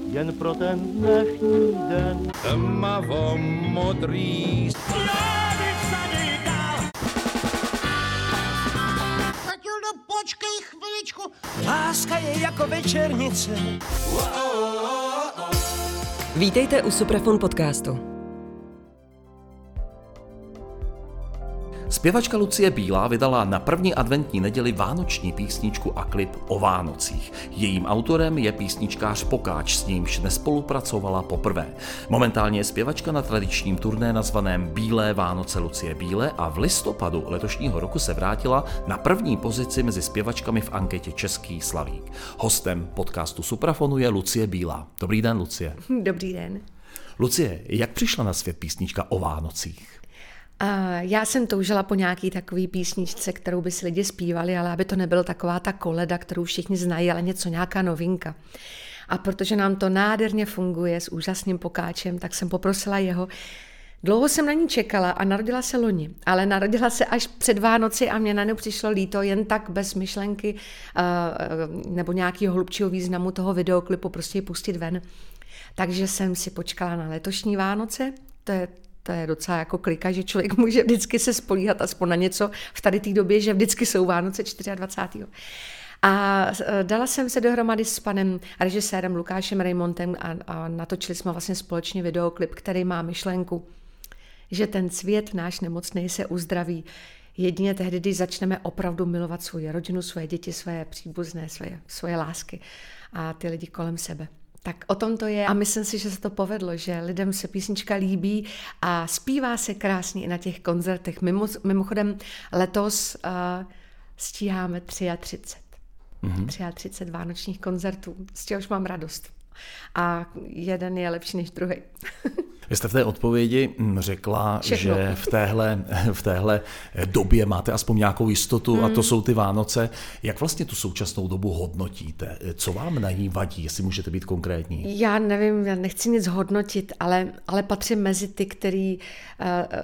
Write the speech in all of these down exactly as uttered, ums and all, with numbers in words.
jen pro ten dnešní den. Tmavo modrý. Matildo, počkej chviličku. Láska je jako večernice. Vítejte u Suprafon podcastu. Zpěvačka Lucie Bílá vydala na první adventní neděli vánoční písničku a klip o Vánocích. Jejím autorem je písničkář Pokáč, s nímž nespolupracovala poprvé. Momentálně je zpěvačka na tradičním turné nazvaném Bílé Vánoce Lucie Bílé a v listopadu letošního roku se vrátila na první pozici mezi zpěvačkami v anketě Český slavík. Hostem podcastu Suprafonu je Lucie Bílá. Dobrý den, Lucie. Dobrý den. Lucie, jak přišla na svět písnička o Vánocích? Já jsem toužila po nějaký takový písničce, kterou by si lidi zpívali, ale aby to nebylo taková ta koleda, kterou všichni znají, ale něco, nějaká novinka. A protože nám to nádherně funguje s úžasným Pokáčem, tak jsem poprosila jeho. Dlouho jsem na ní čekala a narodila se loni, ale narodila se až před Vánoci a mě na ně přišlo líto jen tak bez myšlenky nebo nějakého hlubšího významu toho videoklipu prostě ji pustit ven. Takže jsem si počkala na letošní Vánoce, to je To je docela jako klika, že člověk může vždycky se spolíhat aspoň na něco v tady té době, že vždycky jsou Vánoce dvacátého čtvrtého A dala jsem se dohromady s panem režisérem Lukášem Rejmontem a, a natočili jsme vlastně společně videoklip, který má myšlenku, že ten svět náš nemocný se uzdraví jedině tehdy, když začneme opravdu milovat svou rodinu, svoje děti, své příbuzné, svoje, svoje lásky a ty lidi kolem sebe. Tak o tom to je a myslím si, že se to povedlo, že lidem se písnička líbí a zpívá se krásně i na těch koncertech. Mimo, mimochodem letos uh, stíháme třicet tři. Mm-hmm. třicet tři vánočních koncertů, z čehož mám radost. A jeden je lepší než druhý. Vy jste v té odpovědi řekla, Všechno. že v téhle, v téhle době máte aspoň nějakou jistotu hmm. a to jsou ty Vánoce. Jak vlastně tu současnou dobu hodnotíte? Co vám na ní vadí, jestli můžete být konkrétní? Já nevím, já nechci nic hodnotit, ale, ale patřím mezi ty, který uh,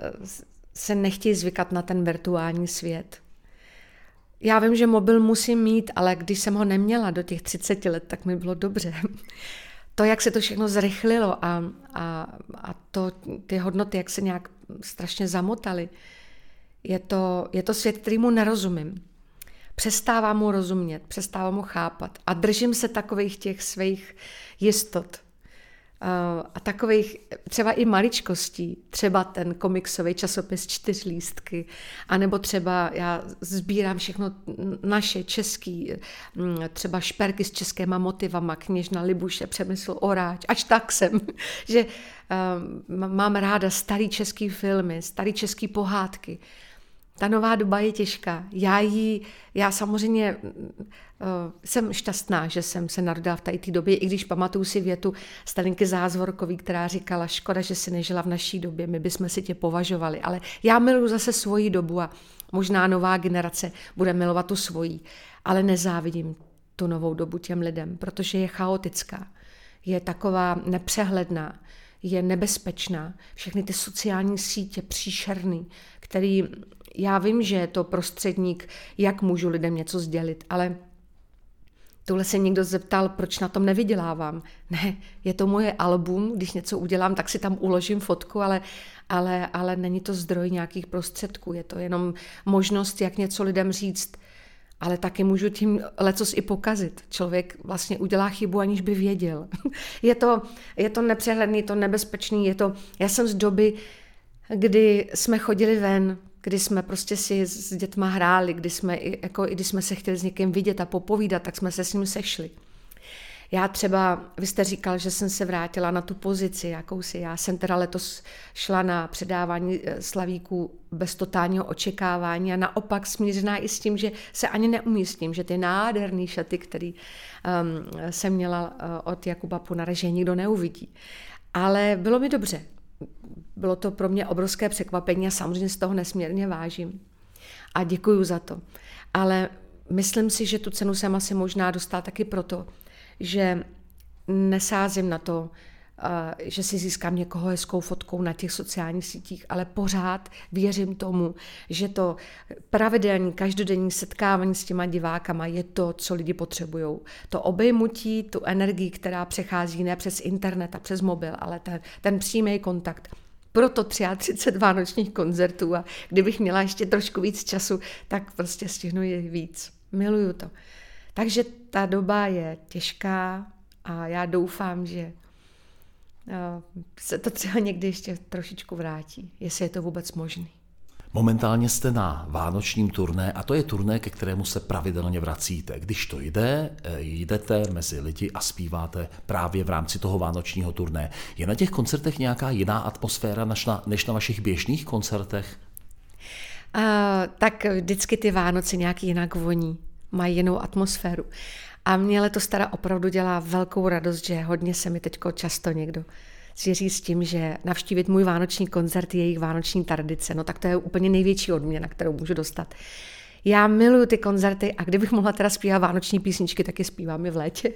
se nechtějí zvykat na ten virtuální svět. Já vím, že mobil musím mít, ale když jsem ho neměla do těch třiceti let, tak mi bylo dobře. To, jak se to všechno zrychlilo a, a, a to, ty hodnoty, jak se nějak strašně zamotaly, je to, je to svět, kterýmu nerozumím. Přestávám mu rozumět, přestávám mu chápat a držím se takových těch svých jistot a takových třeba i maličkostí, třeba ten komiksový časopis Čtyř lístky, anebo třeba já sbírám všechno naše český, třeba šperky s českýma motivama, Kněžna Libuše, Přemysl Oráč, až tak jsem, že um, mám ráda starý český filmy, starý český pohádky. Ta nová doba je těžká. Já jí, já samozřejmě uh, jsem šťastná, že jsem se narodila v té době, i když pamatuju si větu Stalinky Zázvorkový, která říkala, škoda, že si nežila v naší době, my bychom si tě považovali. Ale já miluji zase svoji dobu a možná nová generace bude milovat tu svoji. Ale nezávidím tu novou dobu těm lidem, protože je chaotická, je taková nepřehledná, je nebezpečná. Všechny ty sociální sítě příšerný, který já vím, že je to prostředník, jak můžu lidem něco sdělit, ale tohle se někdo zeptal, proč na tom nevydělávám. Ne, je to moje album, když něco udělám, tak si tam uložím fotku, ale, ale, ale není to zdroj nějakých prostředků, je to jenom možnost, jak něco lidem říct, ale taky můžu tím lecos i pokazit. Člověk vlastně udělá chybu, aniž by věděl. je, to, je to nepřehledný, je to nebezpečný, je to, já jsem z doby, kdy jsme chodili ven, kdy jsme prostě si s dětma hráli, kdy jsme, jako, když jsme se chtěli s někým vidět a popovídat, tak jsme se s ním sešli. Já třeba, vy jste říkal, že jsem se vrátila na tu pozici, jakousi. Já jsem teda letos šla na předávání slavíků bez totálního očekávání a naopak smířená i s tím, že se ani neumístím, že ty nádherný šaty, který um, jsem měla uh, od Jakuba Punara, že nikdo neuvidí. Ale bylo mi dobře. Bylo to pro mě obrovské překvapení a samozřejmě z toho nesmírně vážím. A děkuju za to. Ale myslím si, že tu cenu jsem asi možná dostala taky proto, že nesázím na to že si získám někoho hezkou fotkou na těch sociálních sítích, ale pořád věřím tomu, že to pravidelné každodenní setkávání s těma divákama je to, co lidi potřebují. To obejmutí, tu energii, která přechází ne přes internet a přes mobil, ale ten, ten přímý kontakt. Proto třicet tři vánočních koncertů a kdybych měla ještě trošku víc času, tak prostě stihnu je víc. Miluju to. Takže ta doba je těžká a já doufám, že se to třeba někdy ještě trošičku vrátí, jestli je to vůbec možný. Momentálně jste na vánočním turné a to je turné, ke kterému se pravidelně vracíte. Když to jde, jdete mezi lidi a zpíváte právě v rámci toho vánočního turné. Je na těch koncertech nějaká jiná atmosféra než na, než na vašich běžných koncertech? Uh, tak vždycky ty Vánoce nějak jinak voní, mají jinou atmosféru. A mě letos teda opravdu dělá velkou radost, že hodně se mi teďko často někdo svěří s tím, že navštívit můj vánoční koncert je jejich vánoční tradice. No tak to je úplně největší odměna, kterou můžu dostat. Já miluju ty koncerty a kdybych mohla teda zpívat vánoční písničky, tak je zpívám i v létě.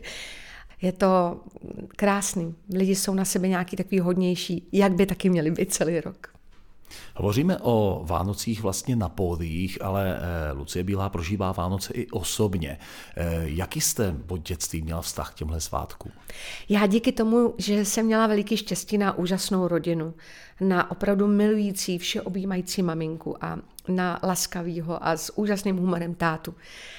Je to krásný. Lidi jsou na sebe nějaký takový hodnější, jak by taky měli být celý rok. Hovoříme o Vánocích vlastně na pódiích, ale Lucie Bílá prožívá Vánoce i osobně. Jaký jste od dětství měla vztah k těmhle svátkům? Já díky tomu, že jsem měla veliký štěstí na úžasnou rodinu, na opravdu milující, všeobjímající maminku a na laskavýho a s úžasným humorem tátu.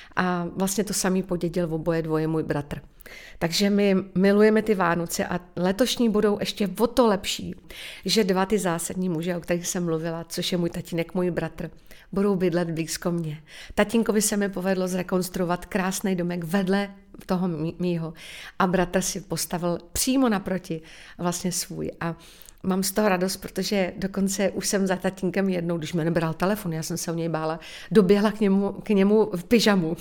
A vlastně to samý podědil v oboje dvoje můj bratr. Takže my milujeme ty Vánoce a letošní budou ještě o to lepší, že dva ty zásadní muže, o kterých jsem mluvila, což je můj tatínek, můj bratr, budou bydlet blízko mě. Tatínkovi se mi povedlo zrekonstruovat krásný domek vedle toho mýho a bratr si postavil přímo naproti vlastně svůj. A mám z toho radost, protože dokonce už jsem za tatínkem jednou, když mi nebral telefon, já jsem se o něj bála, doběhla k němu, k němu v pyžamu.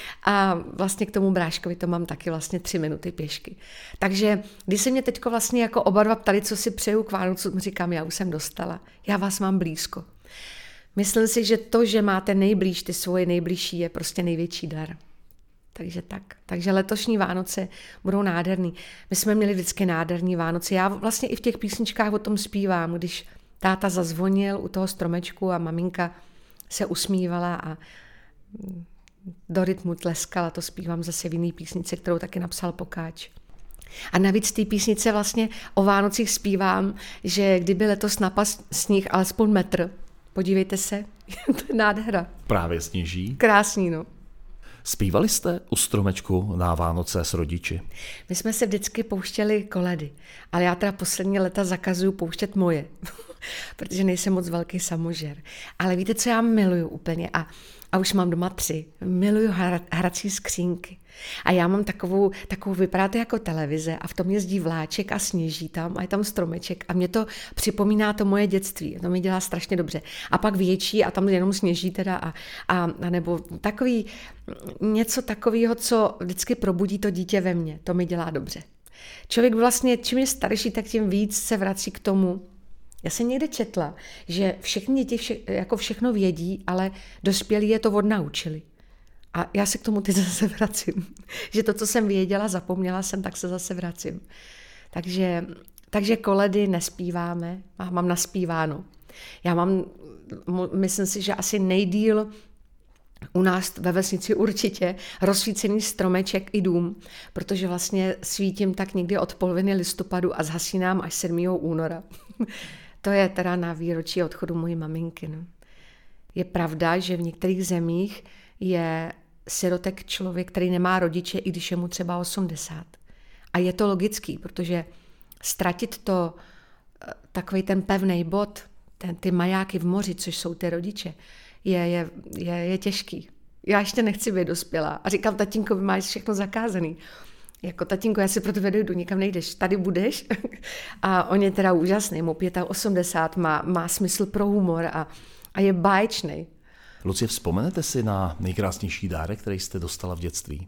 A vlastně k tomu bráškovi to mám taky vlastně tři minuty pěšky. Takže když se mě teďko vlastně jako oba dva ptali, co si přeju k Vánocům, říkám, já už jsem dostala. Já vás mám blízko. Myslím si, že to, že máte nejblíž ty svoje nejbližší, je prostě největší dar. Takže tak. Takže letošní Vánoce budou nádherný. My jsme měli vždycky nádherný Vánoce. Já vlastně i v těch písničkách o tom zpívám, když táta zazvonil u toho stromečku a maminka se usmívala a do rytmu tleskala, to zpívám zase v jiný písnice, kterou taky napsal Pokáč. A navíc té písnice vlastně o Vánocích zpívám, že kdyby letos napal sníh alespoň metr, podívejte se, to je nádhera. Právě sněží. Krásný, no. Zpívali jste u stromečku na Vánoce s rodiči? My jsme se vždycky pouštěli koledy, ale já teda poslední leta zakazuju pouštět moje, protože nejsem moc velký samožer. Ale víte, co já miluju úplně a, a už mám doma tři. Miluju hra, hrací skřínky. A já mám takovou, takovou, vypadá to jako televize a v tom jezdí vláček a sněží tam a je tam stromeček a mě to připomíná to moje dětství. To mi dělá strašně dobře. A pak větší a tam jenom sněží teda a, a, a nebo takový něco takového, co vždycky probudí to dítě ve mně. To mi dělá dobře. Člověk vlastně, čím je starší, tak tím víc se vrací k tomu. Já jsem někde četla, že všechny děti vše, jako všechno vědí, ale dospělí je to odnaučili. A já se k tomu teď zase vracím. Že to, co jsem věděla, zapomněla jsem, tak se zase vracím. Takže, takže koledy nespíváme, a mám naspíváno. Já mám, myslím si, že asi nejdýl u nás ve vesnici určitě rozsvícený stromeček i dům, protože vlastně svítím tak někdy od poloviny listopadu a zhasínám až sedmého února. To je teda na výročí odchodu mojí maminky. No. Je pravda, že v některých zemích je sirotek člověk, který nemá rodiče, i když je mu třeba osmdesát. A je to logický, protože ztratit to, takový ten pevný bod, ten, ty majáky v moři, což jsou ty rodiče, je, je, je, je těžký. Já ještě nechci být dospělá. A říkám, tatínko, vy máš všechno zakázaný. Jako tatínko, já si pro tebe dojdu, nikam nejdeš, tady budeš. A on je teda úžasný, mu osmdesát pět, má, má smysl pro humor a, a je báječný. Lucie, vzpomenete si na nejkrásnější dárek, který jste dostala v dětství?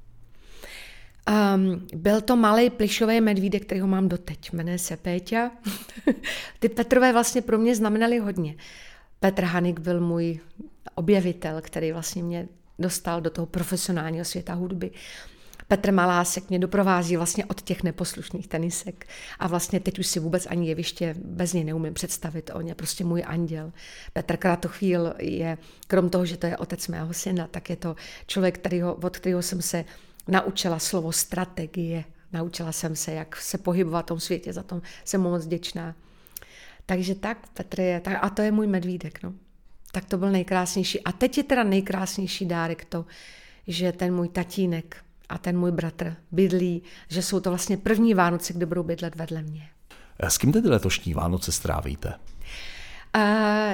Um, byl to malej plišový medvídek, kterýho mám doteď. Jmenuje se Péťa. Ty Petrové vlastně pro mě znamenaly hodně. Petr Hanik byl můj objevitel, který vlastně mě dostal do toho profesionálního světa hudby. Petr Malásek mě doprovází vlastně od těch neposlušných tenisek a vlastně teď už si vůbec ani jeviště bez něj neumím představit. On je prostě můj anděl. Petr Kratochvíl je, krom toho, že to je otec mého syna, tak je to člověk, kterýho, od kterého jsem se naučila slovo strategie. Naučila jsem se, jak se pohybovat v tom světě, za to jsem mu moc vděčná. Takže tak, Petr je, tak, a to je můj medvídek, no. Tak to byl nejkrásnější. A teď je teda nejkrásnější dárek to, že ten můj tatínek a ten můj bratr bydlí, že jsou to vlastně první Vánoce, kde budou bydlet vedle mě. S kým tedy letošní Vánoce strávíte? Uh,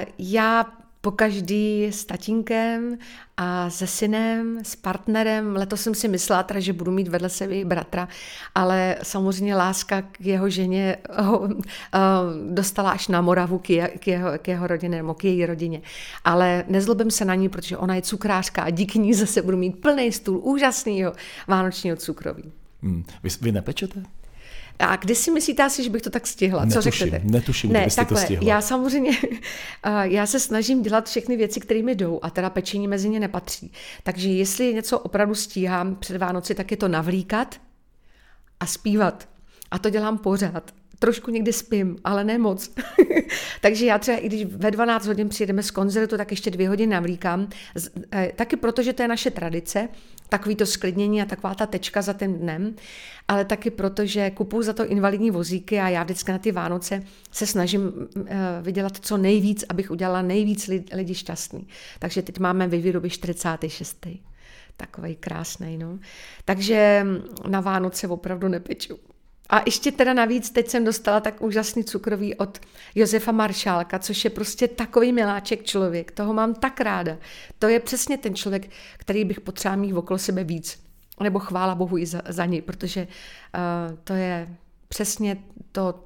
já pokaždý s tatínkem a se synem, s partnerem. Letos jsem si myslela, teda, že budu mít vedle sebe bratra, ale samozřejmě láska k jeho ženě ho uh, dostala až na Moravu k, je, k, jeho, k jeho rodině, nebo k její rodině. Ale nezlobím se na ní, protože ona je cukrářka a díky ní zase budu mít plný stůl úžasného vánočního cukroví. Hmm. Vy, vy nepečete? A kdy si myslíte asi, že bych to tak stihla? Co netuším, řeknete? Netuším, ne, kdybyste takhle, to stihla. Já samozřejmě, já se snažím dělat všechny věci, které mi jdou a teda pečení mezi ně nepatří. Takže jestli něco opravdu stíhám před Vánoci, tak je to navlíkat a zpívat. A to dělám pořád. Trošku někdy spím, ale ne moc. Takže já třeba, i když ve dvanáct hodin přijedeme z koncertu, tak ještě dvě hodiny navlíkám. Taky proto, že to je naše tradice, takový to sklidnění a taková ta tečka za tím dnem, ale taky proto, že kupuju za to invalidní vozíky a já vždycky na ty Vánoce se snažím vydělat co nejvíc, abych udělala nejvíc lidí šťastný. Takže teď máme ve výrobě čtyřicátý šestý Takovej krásnej, no. Takže na Vánoce opravdu nepeču. A ještě teda navíc, teď jsem dostala tak úžasný cukroví od Josefa Maršálka, což je prostě takový miláček člověk. Toho mám tak ráda. To je přesně ten člověk, který bych potřeba mít okolo sebe víc. Nebo chvála Bohu i za, za něj, protože uh, to je přesně to,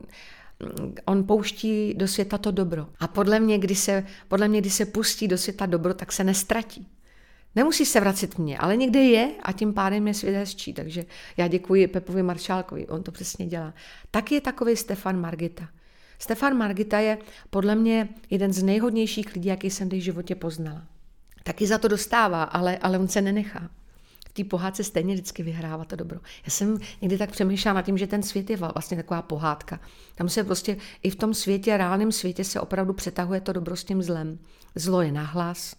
on pouští do světa to dobro. A podle mě, když se, podle mě, když se pustí do světa dobro, tak se nestratí. Nemusí se vracet mně, ale někde je a tím pádem je svět hezčí. Takže já děkuji Pepovi Maršálkovi, on to přesně dělá. Tak je takový Stefan Margita. Stefan Margita je podle mě jeden z nejhodnějších lidí, jaký jsem v životě poznala. Taky za to dostává, ale, ale on se nenechá. V té pohádce stejně vždycky vyhrává to dobro. Já jsem někdy tak přemýšlela nad tím, že ten svět je vlastně taková pohádka. Tam se prostě i v tom světě, reálném světě se opravdu přetahuje to dobro s tím zlem. Zlo je nahlas,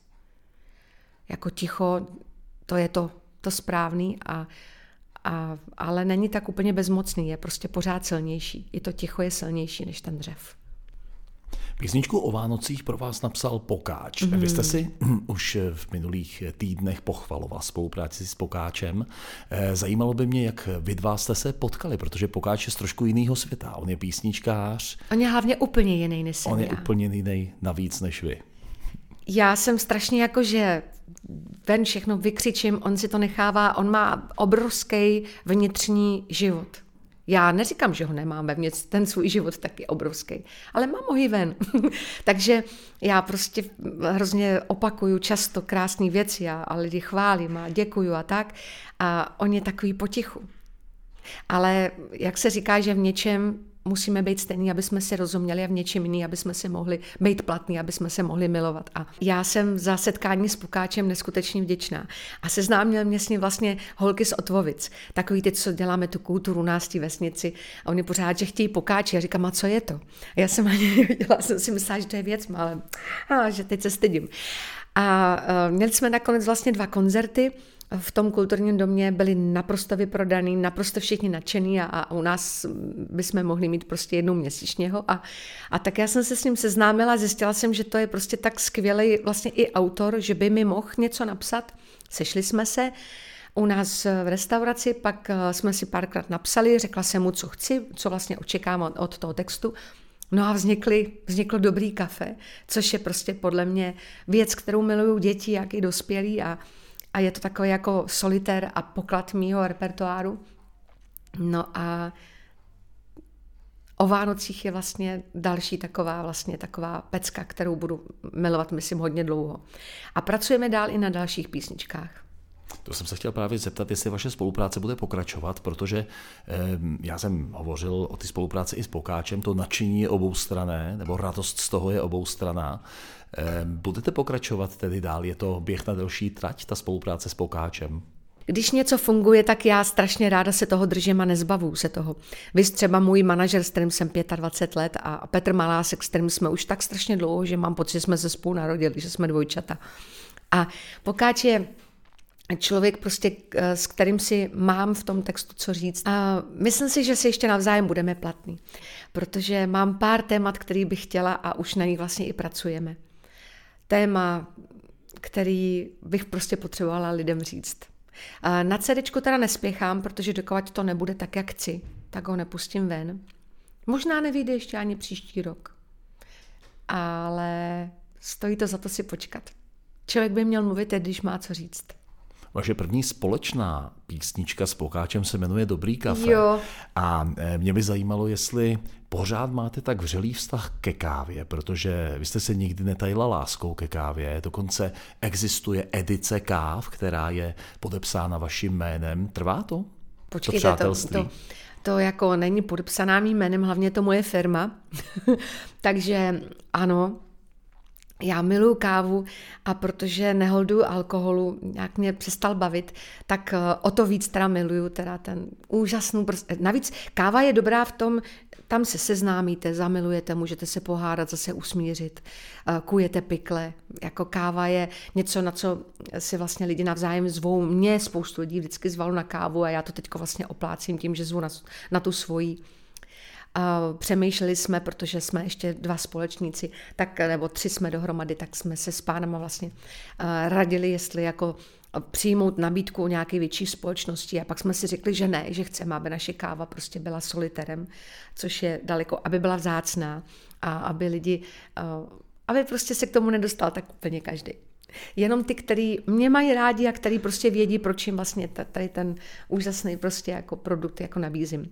jako ticho, to je to, to správný, a, a, ale není tak úplně bezmocný, je prostě pořád silnější. I to ticho je silnější než ten dřev. Písničku o Vánocích pro vás napsal Pokáč. Mm-hmm. Vy jste si už v minulých týdnech pochvaloval spolupráci s Pokáčem. Zajímalo by mě, jak vy dva jste se potkali, protože Pokáč je z trošku jiného světa. On je písničkář. On je hlavně úplně jiný než jsem On je já. úplně jiný navíc než vy. Já jsem strašně jako, že ven všechno vykřičím, on si to nechává, on má obrovský vnitřní život. Já neříkám, že ho nemám vevnitř, ten svůj život taky obrovský, ale mám ho i ven. Takže já prostě hrozně opakuju často krásné věci a, a lidi chválím a děkuju a tak. A on je takový potichu. Ale jak se říká, že v něčem musíme být stejný, aby jsme si rozuměli, a v něčem jiný, aby jsme si mohli být platný, aby jsme se mohli milovat. A já jsem za setkání s Pokáčem neskutečně vděčná. A seznámil mě s ním vlastně holky z Otvovic. Takový ty, co děláme tu kulturu u nás v té vesnici. A oni pořád, že chtějí Pokáče. Já říkám, a co je to? A já jsem ani nevěděla, jsem si myslela, že to je věc, ale a, že teď se stydím. A uh, měli jsme nakonec vlastně dva koncerty. V tom kulturním domě byli naprosto vyprodaný, naprosto všichni nadšený a, a u nás bychom mohli mít prostě jednou měsíčního. A, a tak já jsem se s ním seznámila, zjistila jsem, že to je prostě tak skvělý vlastně i autor, že by mi mohl něco napsat. Sešli jsme se u nás v restauraci, pak jsme si párkrát napsali, řekla jsem mu, co chci, co vlastně očekávám od, od toho textu. No a vznikly, vzniklo dobrý kafe, což je prostě podle mě věc, kterou milují děti, jak i dospělí, a A je to takový jako solitér a poklad mýho repertoáru. No a o Vánocích je vlastně další taková, vlastně taková pecka, kterou budu milovat, myslím, hodně dlouho. A pracujeme dál i na dalších písničkách. To jsem se chtěl právě zeptat, jestli vaše spolupráce bude pokračovat, protože eh, já jsem hovořil o té spolupráci i s Pokáčem, to nadšení je oboustranné, nebo radost z toho je oboustranná. Eh, budete pokračovat tedy dál? Je to běh na delší trať, ta spolupráce s Pokáčem? Když něco funguje, tak já strašně ráda se toho držím a nezbavuju se toho. Vy třeba můj manažer, s kterým jsem dvacet pět let a Petr Malásek, s kterým jsme už tak strašně dlouho, že mám pocit, že jsme se spolu narodili, že jsme dvojčata. A pokud je člověk prostě, s kterým si mám v tom textu co říct. A myslím si, že si ještě navzájem budeme platný, protože mám pár témat, který bych chtěla a už na nich vlastně i pracujeme. Téma, který bych prostě potřebovala lidem říct. A na CDčku teda nespěchám, protože dokud to nebude tak, jak chci, tak ho nepustím ven. Možná nevyjde ještě ani příští rok. Ale stojí to za to si počkat. Člověk by měl mluvit, když má co říct. Vaše první společná písnička s Pokáčem se jmenuje Dobrý kafe. Jo. A mě by zajímalo, jestli pořád máte tak vřelý vztah ke kávě, protože vy jste se nikdy netajila láskou ke kávě. Dokonce existuje edice káv, která je podepsána vaším jménem. Trvá to? Počkejte, to, to, to, to jako není podepsaná mým jménem, hlavně to moje firma. Takže ano, já miluju kávu a protože neholduju alkoholu, nějak mě přestal bavit, tak o to víc teda miluju teda ten úžasnou... Navíc káva je dobrá v tom, tam se seznámíte, zamilujete, můžete se pohádat, zase usmířit, kujete pikle. Jako káva je něco, na co si vlastně lidi navzájem zvou. Mě spoustu lidí vždycky zvalo na kávu a já to teďko vlastně oplácím tím, že zvu na, na tu svoji. Uh, přemýšleli jsme, protože jsme ještě dva společníci, tak, nebo tři jsme dohromady, tak jsme se s pánama vlastně uh, radili, jestli jako přijmout nabídku o nějaké větší společnosti a pak jsme si řekli, že ne, že chceme, aby naše káva prostě byla soliterem, což je daleko, aby byla vzácná a aby lidi, uh, aby prostě se k tomu nedostal tak úplně každý. Jenom ty, který mě mají rádi a který prostě vědí, proč jim vlastně tady ten úžasný prostě jako produkt jako nabízím.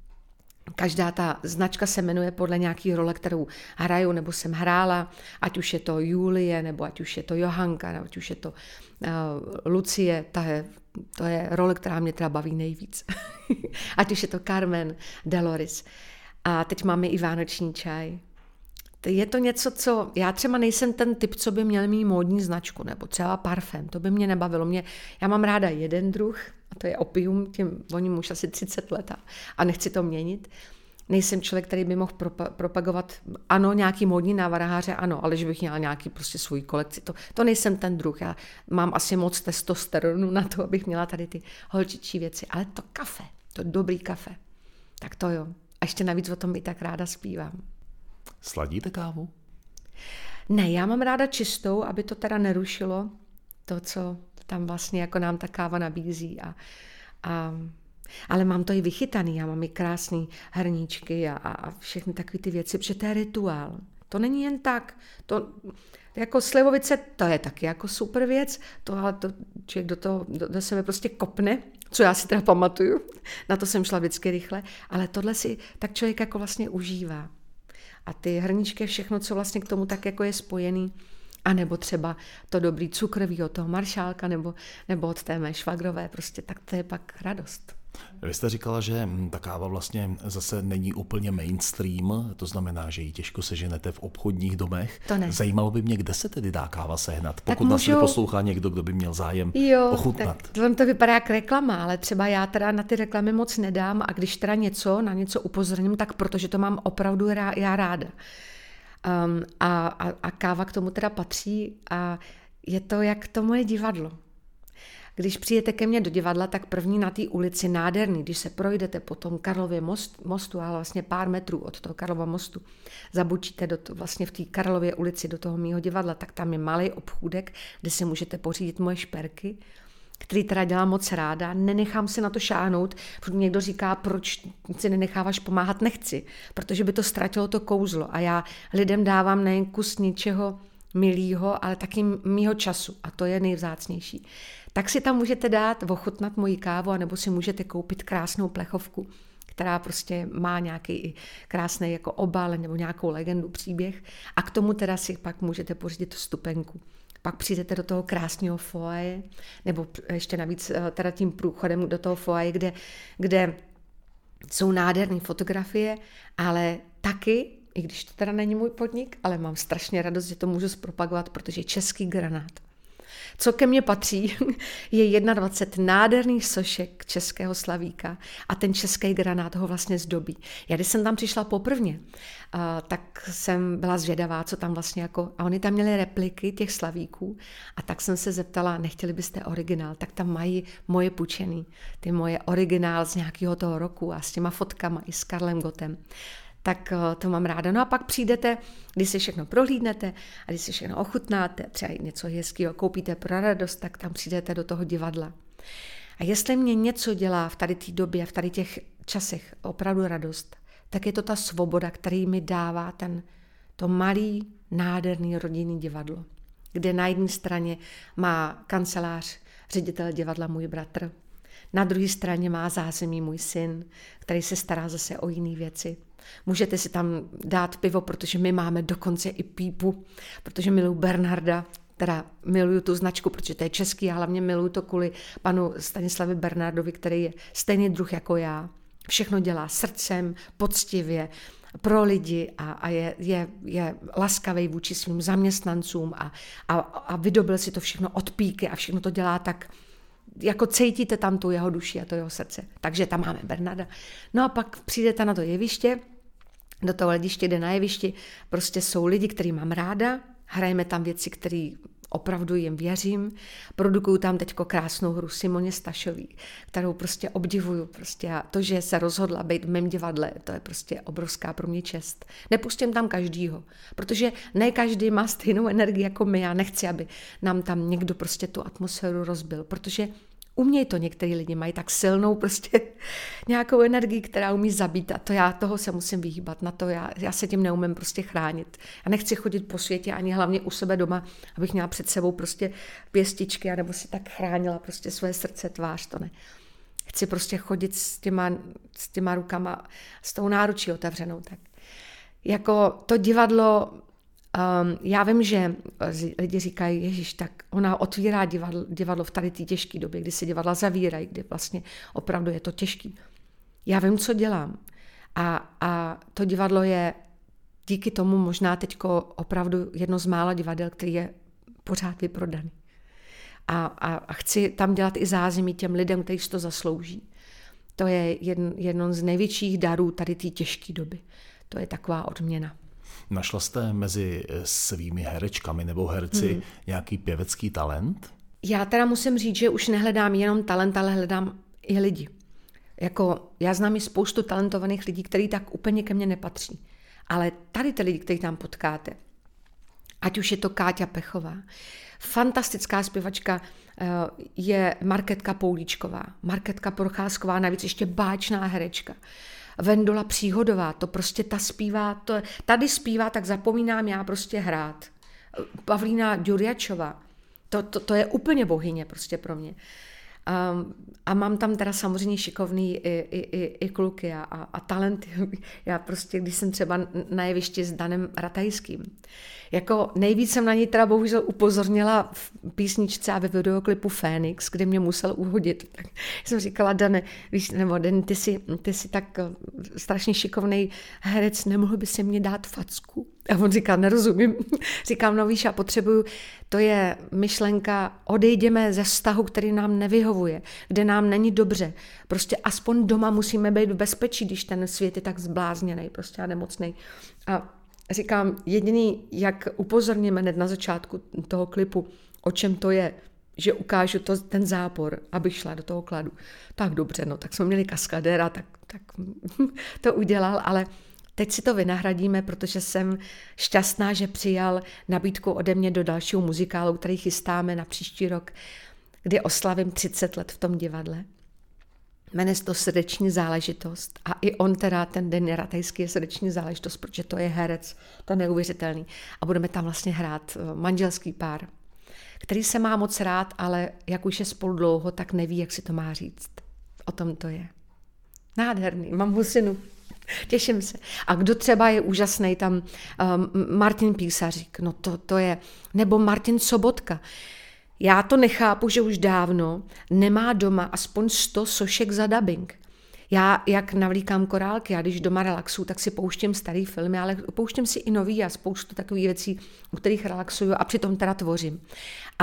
Každá ta značka se jmenuje podle nějaký role, kterou hraju, nebo jsem hrála, ať už je to Julie, nebo ať už je to Johanka, nebo ať už je to uh, Lucie, ta je, to je role, která mě teda baví nejvíc. Ať už je to Carmen, Dolores. A teď máme i vánoční čaj. Je to něco, co... Já třeba nejsem ten typ, co by měl mít módní značku, nebo třeba parfém, to by mě nebavilo. Mě, já mám ráda jeden druh, a to je opium, tím voním už asi třicet let a nechci to měnit. Nejsem člověk, který by mohl propa- propagovat, ano, nějaký módní návrháře, ano, ale že bych měla nějaký prostě svůj kolekci. To, to nejsem ten druh, já mám asi moc testosteronu na to, abych měla tady ty holčičí věci. Ale to kafe, to dobrý kafe, tak to jo. A ještě navíc o tom i tak ráda zpívám. Sladíte kávu? Ne, já mám ráda čistou, aby to teda nerušilo to, co tam vlastně jako nám ta káva nabízí. A, a, ale mám to i vychytaný, já mám i krásný hrníčky a, a všechny takové ty věci, protože to je rituál. To není jen tak. To, jako slivovice, to je taky jako super věc, to, ale to člověk do, toho, do, do sebe prostě kopne, co já si teda pamatuju, na to jsem šla vždycky rychle, ale tohle si tak člověk jako vlastně užívá. A ty hrníčky, všechno, co vlastně k tomu tak jako je spojený, a nebo třeba to dobrý cukroví od toho maršálka, nebo, nebo od té mé švagrové, prostě tak to je pak radost. Vy jste říkala, že ta káva vlastně zase není úplně mainstream, to znamená, že ji těžko seženete v obchodních domech. To ne. Zajímalo by mě, kde se tedy dá káva sehnat, pokud můžu... nás neposlouchá někdo, kdo by měl zájem jo, ochutnat. Tak vám to vypadá jak reklama, ale třeba já teda na ty reklamy moc nedám a když teda něco, na něco upozorním, tak protože to mám opravdu rá, já ráda. Um, a, a, a káva k tomu teda patří a je to jak to moje divadlo. Když přijete ke mně do divadla, tak první na té ulici nádherný, když se projdete po tom Karlově most, mostu, ale vlastně pár metrů od toho Karlova mostu, zabučíte do to, vlastně v té Karlově ulici do toho mýho divadla, tak tam je malý obchůdek, kde si můžete pořídit moje šperky, který teda dělám moc ráda, nenechám si na to šáhnout, protože někdo říká, proč si nenecháváš pomáhat, nechci, protože by to ztratilo to kouzlo a já lidem dávám nejen kus něčeho milýho, ale taky mýho času a to je nejvzácnější. Tak si tam můžete dát, ochutnat moji kávu, anebo si můžete koupit krásnou plechovku, která prostě má nějaký i krásný jako obal nebo nějakou legendu, příběh a k tomu teda si pak můžete pořídit vstupenku. Pak přijdete do toho krásného foaje, nebo ještě navíc teda tím průchodem do toho foaje, kde, kde jsou nádherné fotografie, ale taky, i když to teda není můj podnik, ale mám strašně radost, že to můžu zpropagovat, protože český granát. Co ke mně patří, je dvacet jedna nádherných sošek českého slavíka a ten český granát ho vlastně zdobí. Já když jsem tam přišla poprvně, tak jsem byla zvědavá, co tam vlastně jako... A oni tam měli repliky těch slavíků a tak jsem se zeptala, nechtěli byste originál? Tak tam mají moje půjčený, ty moje originál z nějakého toho roku a s těma fotkama i s Karlem Gottem. Tak to mám ráda. No a pak přijdete, když si všechno prohlídnete a když si všechno ochutnáte, třeba něco hezkého koupíte pro radost, tak tam přijdete do toho divadla. A jestli mě něco dělá v tady té době, v tady těch časech opravdu radost, tak je to ta svoboda, který mi dává ten, to malý, nádherný rodinný divadlo, kde na jedné straně má kancelář ředitel divadla můj bratr, na druhé straně má zázemí můj syn, který se stará zase o jiné věci. Můžete si tam dát pivo, protože my máme dokonce i pípu, protože miluju Bernarda, teda miluju tu značku, protože to je český a hlavně miluju to kvůli panu Stanislavi Bernardovi, který je stejný druh jako já. Všechno dělá srdcem, poctivě, pro lidi a, a je, je, je laskavý vůči svým zaměstnancům a, a, a vydobil si to všechno od píky a všechno to dělá tak, jako cítíte tam tu jeho duši a to jeho srdce. Takže tam máme Bernarda. No a pak přijdete na to jeviště, do toho lediště, kde na jevišti prostě jsou lidi, který mám ráda, hrajeme tam věci, které opravdu jim věřím, produkuju tam teďko krásnou hru Simoně Stašový, kterou prostě obdivuju. Prostě a to, že se rozhodla být v mém divadle, to je prostě obrovská pro mě čest. Nepustím tam každýho, protože ne každý má stejnou energii jako my. Já nechci, aby nám tam někdo prostě tu atmosféru rozbil, protože umějí to některý lidi, mají tak silnou prostě nějakou energii, která umí zabít a to já toho se musím vyhýbat, na to já, já se tím neumím prostě chránit. Já nechci chodit po světě ani hlavně u sebe doma, abych měla před sebou prostě pěstičky anebo si tak chránila prostě své srdce, tvář, to ne. Chci prostě chodit s těma, s těma rukama, s tou náručí otevřenou. Tak. Jako to divadlo, Um, já vím, že lidi říkají, ježiš, tak ona otvírá divadlo, divadlo v tady té těžké době, kdy se divadla zavírají, kdy vlastně opravdu je to těžký. Já vím, co dělám. A, a to divadlo je díky tomu možná teďko opravdu jedno z mála divadel, který je pořád vyprodaný. A, a, a chci tam dělat i zázemí těm lidem, kteří si to zaslouží. To je jedn, jedno z největších darů tady té těžké doby. To je taková odměna. Našla jste mezi svými herečkami nebo herci hmm. nějaký pěvecký talent? Já teda musím říct, že už nehledám jenom talent, ale hledám i lidi. Jako, já znám i spoustu talentovaných lidí, kteří tak úplně ke mně nepatří. Ale tady ty lidi, kteří tam potkáte, ať už je to Káťa Pechová, fantastická zpěvačka je Markétka Poulíčková, Markétka Procházková, navíc ještě báječná herečka. Vendola Příhodová, to prostě ta zpívá, to, tady zpívá, tak zapomínám já prostě hrát. Pavlína Ďurjačová, to, to, to je úplně bohyně prostě pro mě. Um, a mám tam teda samozřejmě šikovný i, i, i, i kluky a, a, a talenty. Já prostě, když jsem třeba na jevišti s Danem Ratajským, jako nejvíc jsem na něj teda bohužel upozornila v písničce a ve videoklipu Fénix, kde mě musel uhodit. Tak jsem říkala, Dane, víš, nebo Den, ty jsi, ty jsi tak strašně šikovnej herec, nemohl by si mě dát facku? A on říká, nerozumím. Říkám, no víš, já potřebuju, to je myšlenka, odejdeme ze vztahu, který nám nevyhovuje, kde nám není dobře. Prostě aspoň doma musíme být v bezpečí, když ten svět je tak zblázněnej, prostě a nemocnej. A říkám, jediný, jak upozorníme hned na začátku toho klipu, o čem to je, že ukážu to, ten zápor, abych šla do toho kladu. Tak dobře, no, tak jsme měli kaskadéra, tak, tak to udělal, ale teď si to vynahradíme, protože jsem šťastná, že přijal nabídku ode mě do dalšího muzikálu, který chystáme na příští rok, kdy oslavím třicet let v tom divadle. Jmenuje se to Srdeční záležitost a i on teda, ten Den Ratajský je srdeční záležitost, protože to je herec, to je neuvěřitelný. A budeme tam vlastně hrát manželský pár, který se má moc rád, ale jak už je spolu dlouho, tak neví, jak si to má říct. O tom to je. Nádherný, mám husinu. Těším se. A kdo třeba je úžasný, tam um, Martin Písařík, no to, to je, nebo Martin Sobotka. Já to nechápu, že už dávno nemá doma aspoň sto sošek za dabing. Já, jak navlíkám korálky, já když doma relaxuju, tak si pouštím starý filmy, ale pouštím si i nový a spoustu takových věcí, u kterých relaxuju a přitom teda tvořím. A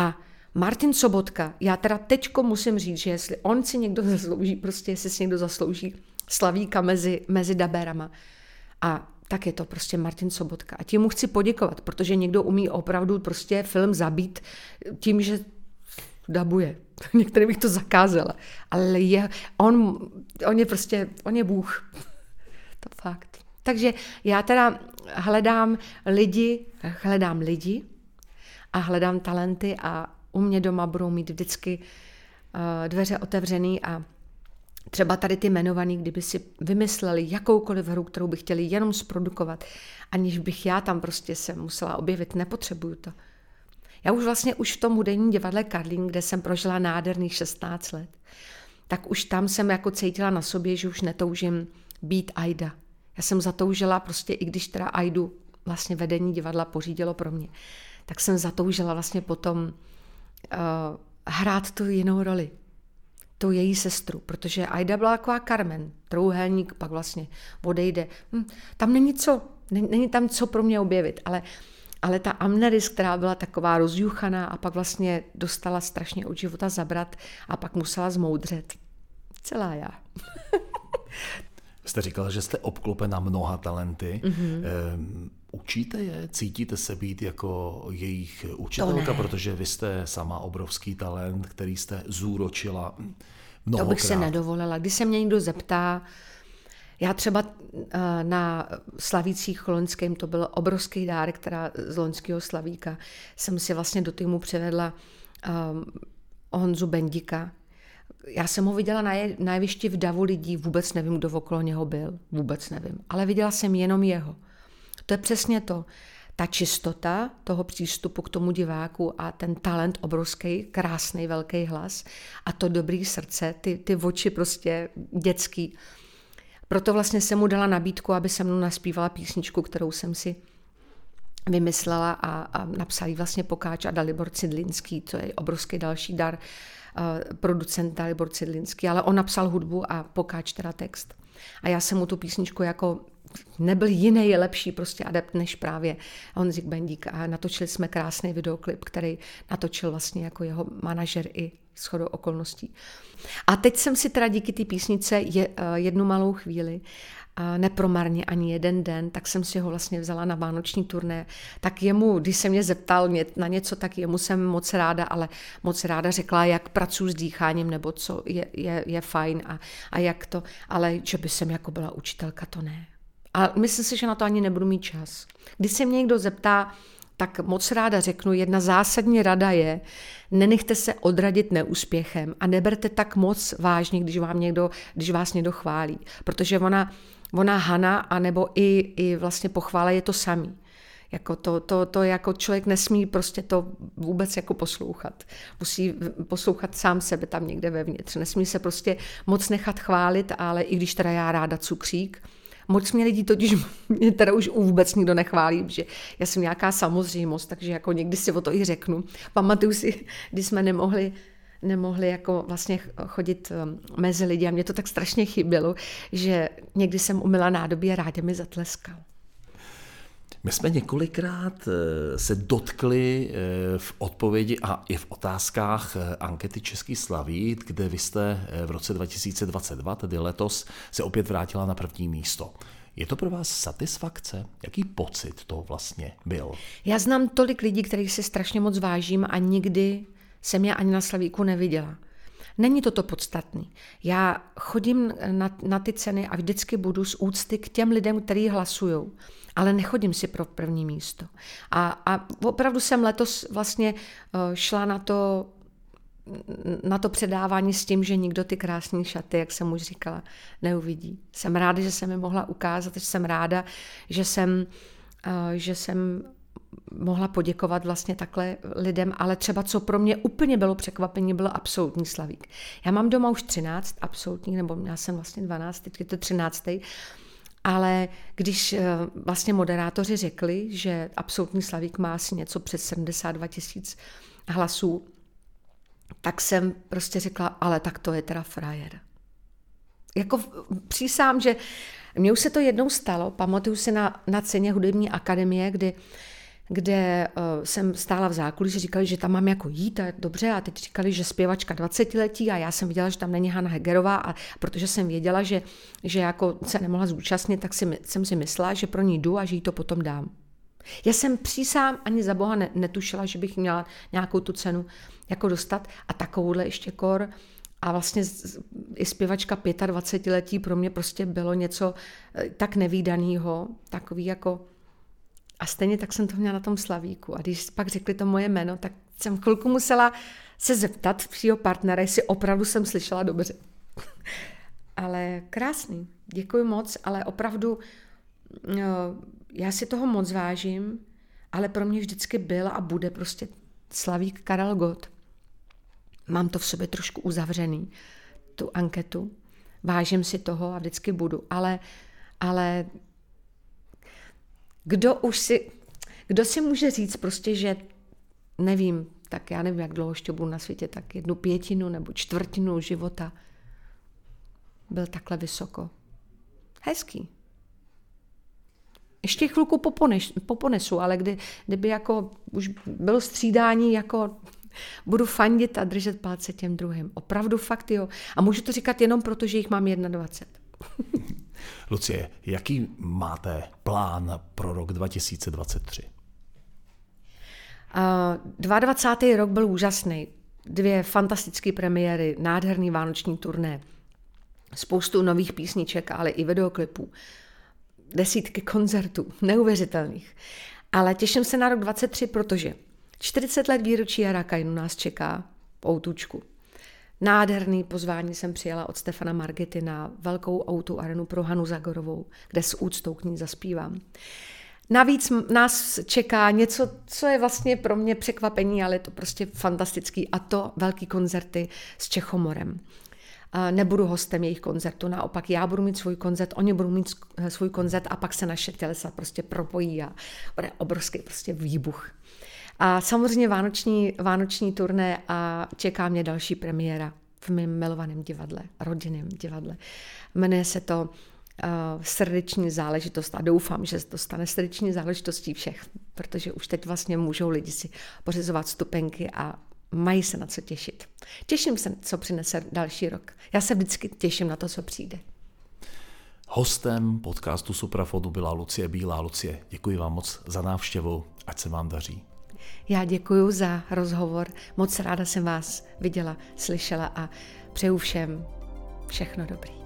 Martin Sobotka, já teda teďko musím říct, že jestli on si někdo zaslouží, prostě jestli si někdo zaslouží slavíka mezi, mezi dabérama. A tak je to prostě Martin Sobotka. A tím mu chci poděkovat, protože někdo umí opravdu prostě film zabít tím, že dabuje. Některý bych to zakázala. Ale je, on, on je prostě, on je bůh. To fakt. Takže já teda hledám lidi, hledám lidi a hledám talenty a u mě doma budou mít vždycky uh, dveře otevřený a třeba tady ty jmenovaný, kdyby si vymysleli jakoukoliv hru, kterou by chtěli jenom zprodukovat, aniž bych já tam prostě se musela objevit, nepotřebuju to. Já už vlastně už v tom hudebním divadle Karlín, kde jsem prožila nádherných šestnáct let, tak už tam jsem jako cítila na sobě, že už netoužím být Aida. Já jsem zatoužila prostě, i když teda Aidu vlastně vedení divadla pořídilo pro mě, tak jsem zatoužila vlastně potom uh, hrát tu jinou roli. Tu její sestru, protože Aida byla taková Carmen, trouhelník, pak vlastně odejde. Hm, tam není co, není, není tam co pro mě objevit, ale, ale ta Amneris, která byla taková rozjuchaná a pak vlastně dostala strašně od života zabrat a pak musela zmoudřet. Celá já. Jste říkala, že jste obklopena mnoha talenty. Mm-hmm. E, učíte je? Cítíte se být jako jejich učitelka? Protože vy jste sama obrovský talent, který jste zúročila mnohokrát. To bych se nedovolila. Když se mě někdo zeptá, já třeba na Slavících loňském, to byl obrovský dárek, která z loňského Slavíka, jsem si vlastně do týmu přivedla um, Honzu Bendika. Já jsem ho viděla na, je, na jevišti v davu lidí, vůbec nevím, kdo okolo něho byl, vůbec nevím, ale viděla jsem jenom jeho. To je přesně to. Ta čistota toho přístupu k tomu diváku a ten talent obrovský, krásný, velký hlas a to dobrý srdce, ty, ty oči prostě dětský. Proto vlastně jsem mu dala nabídku, aby se mnou naspívala písničku, kterou jsem si vymyslela a, a napsal jí vlastně Pokáč a Dalibor Cidlinský, to je obrovský další dar, uh, producent Dalibor Cidlinský, ale on napsal hudbu a Pokáč teda text. A já jsem mu tu písničku jako nebyl jiný je lepší prostě adept než právě Honzik Bendík a natočili jsme krásný videoklip, který natočil vlastně jako jeho manažer i shodou okolností. A teď jsem si teda díky té písnice je, jednu malou chvíli, nepromarně ani jeden den, tak jsem si ho vlastně vzala na vánoční turné. Tak jemu, když se mě zeptal na něco, tak jemu jsem moc ráda, ale moc ráda řekla, jak pracuji s dýcháním, nebo co je, je, je fajn a, a jak to, ale že by jsem jako byla učitelka, to ne. A myslím si, že na to ani nebudu mít čas. Když se mě někdo zeptá, tak moc ráda řeknu, jedna zásadní rada je, nenechte se odradit neúspěchem a neberte tak moc vážně, když, vám někdo, když vás někdo chválí. Protože ona, ona Hana, anebo i, i vlastně pochvála je to samý. Jako to, to, to jako člověk nesmí prostě to vůbec jako poslouchat. Musí poslouchat sám sebe tam někde vevnitř. Nesmí se prostě moc nechat chválit, ale i když teda já ráda cukřík, moc mě lidí totiž mě teda už vůbec nikdo nechválí, že já jsem nějaká samozřejmost, takže jako někdy si o to i řeknu. Pamatuju si, když jsme nemohli, nemohli jako vlastně chodit mezi lidi a mě to tak strašně chybělo, že někdy jsem umyla nádobí a Ráďa mi zatleskal. My jsme několikrát se dotkli v odpovědi a i v otázkách ankety Český slaví, kde vy jste v roce dva tisíce dvacet dva, tedy letos, se opět vrátila na první místo. Je to pro vás satisfakce? Jaký pocit to vlastně byl? Já znám tolik lidí, kterých si strašně moc vážím a nikdy jsem je ani na slavíku neviděla. Není to to podstatný. Já chodím na, na ty ceny a vždycky budu z úcty k těm lidem, kteří hlasujou, ale nechodím si pro první místo. A, a opravdu jsem letos vlastně šla na to, na to předávání s tím, že nikdo ty krásné šaty, jak jsem už říkala, neuvidí. Jsem ráda, že jsem mi mohla ukázat, že jsem ráda, že jsem, že jsem mohla poděkovat vlastně takhle lidem, ale třeba co pro mě úplně bylo překvapení, byl absolutní slavík. Já mám doma už třináct absolutních, nebo já jsem vlastně dvanáct, teď je to třináctý, ale když vlastně moderátoři řekli, že absolutní slavík má asi něco přes sedmdesát dva tisíc hlasů, tak jsem prostě řekla, ale tak to je teda frajer. Jako přísám, že mně už se to jednou stalo, pamatuju si na, na ceně Hudební akademie, kdy, kdy vlastně, kdy vlastně uh, uh, vlastně moderátoři řekli, že absolutní slavík má asi něco přes sedmdesát dva tisíc hlasů, tak jsem prostě řekla, ale tak to je teda frajer. Jako přísám, že mně už se to jednou stalo, pamatuju si na, na ceně Hudební akademie, kdy kde uh, jsem stála v zákulisí, říkali, že tam mám jako jít a dobře, a teď říkali, že zpěvačka dvacetiletí a já jsem viděla, že tam není Hana Hegerová a protože jsem věděla, že, že jako se nemohla zúčastnit, tak si, jsem si myslela, že pro ní jdu a že jí to potom dám. Já jsem přísám ani za boha netušila, že bych měla nějakou tu cenu jako dostat a takovouhle ještě kor. A vlastně i zpěvačka dvacetiletí pro mě prostě bylo něco tak nevídanýho, takový jako... A stejně tak jsem to měla na tom slavíku. A když pak řekli to moje jméno, tak jsem chvilku musela se zeptat svého partnera, jestli opravdu jsem slyšela dobře. Ale krásný, děkuji moc, ale opravdu já si toho moc vážím, ale pro mě vždycky byl a bude prostě Slavík Karel Gott. Mám to v sobě trošku uzavřený, tu anketu. Vážím si toho a vždycky budu, ale, ale kdo už si, kdo si může říct prostě, že nevím, tak já nevím, jak dlouho ještě budu na světě, tak jednu pětinu nebo čtvrtinu života byl takhle vysoko. Hezký. Ještě chvilku poponeš, poponesu, ale kdy, kdyby jako už bylo střídání, jako budu fandit a držet palce těm druhým. Opravdu fakt jo. A můžu to říkat jenom proto, že jich mám dvacet jedna. Lucie, jaký máte plán pro rok dva tisíce dvacet tři? Uh, dvacátý rok byl úžasný. Dvě fantastické premiéry, nádherný vánoční turné, spoustu nových písniček, ale i videoklipů, desítky koncertů, neuvěřitelných. Ale těším se na rok dvacet tři, protože čtyřicet let výročí Jara Kainu nás čeká v Outučku. Nádherný pozvání jsem přijela od Stefana Margity na velkou Outu arenu pro Hanu Zagorovou, kde s úctou k ní zaspívám. Navíc nás čeká něco, co je vlastně pro mě překvapení, ale je to prostě fantastický, a to velký koncerty s Čechomorem. Nebudu hostem jejich koncertu, naopak já budu mít svůj koncert, oni budou mít svůj koncert a pak se naše tělesa prostě propojí a bude obrovský prostě výbuch. A samozřejmě vánoční, vánoční turné a čeká mě další premiéra v mém milovaném divadle, rodinném divadle. Jmenuje se to uh, Srdeční záležitost a doufám, že se to stane srdeční záležitostí všech, protože už teď vlastně můžou lidi si pořizovat vstupenky a mají se na co těšit. Těším se, co přinese další rok. Já se vždycky těším na to, co přijde. Hostem podcastu Suprafonu byla Lucie Bílá. Lucie, děkuji vám moc za návštěvu, ať se vám daří. Já děkuji za rozhovor, moc ráda jsem vás viděla, slyšela a přeju všem všechno dobré.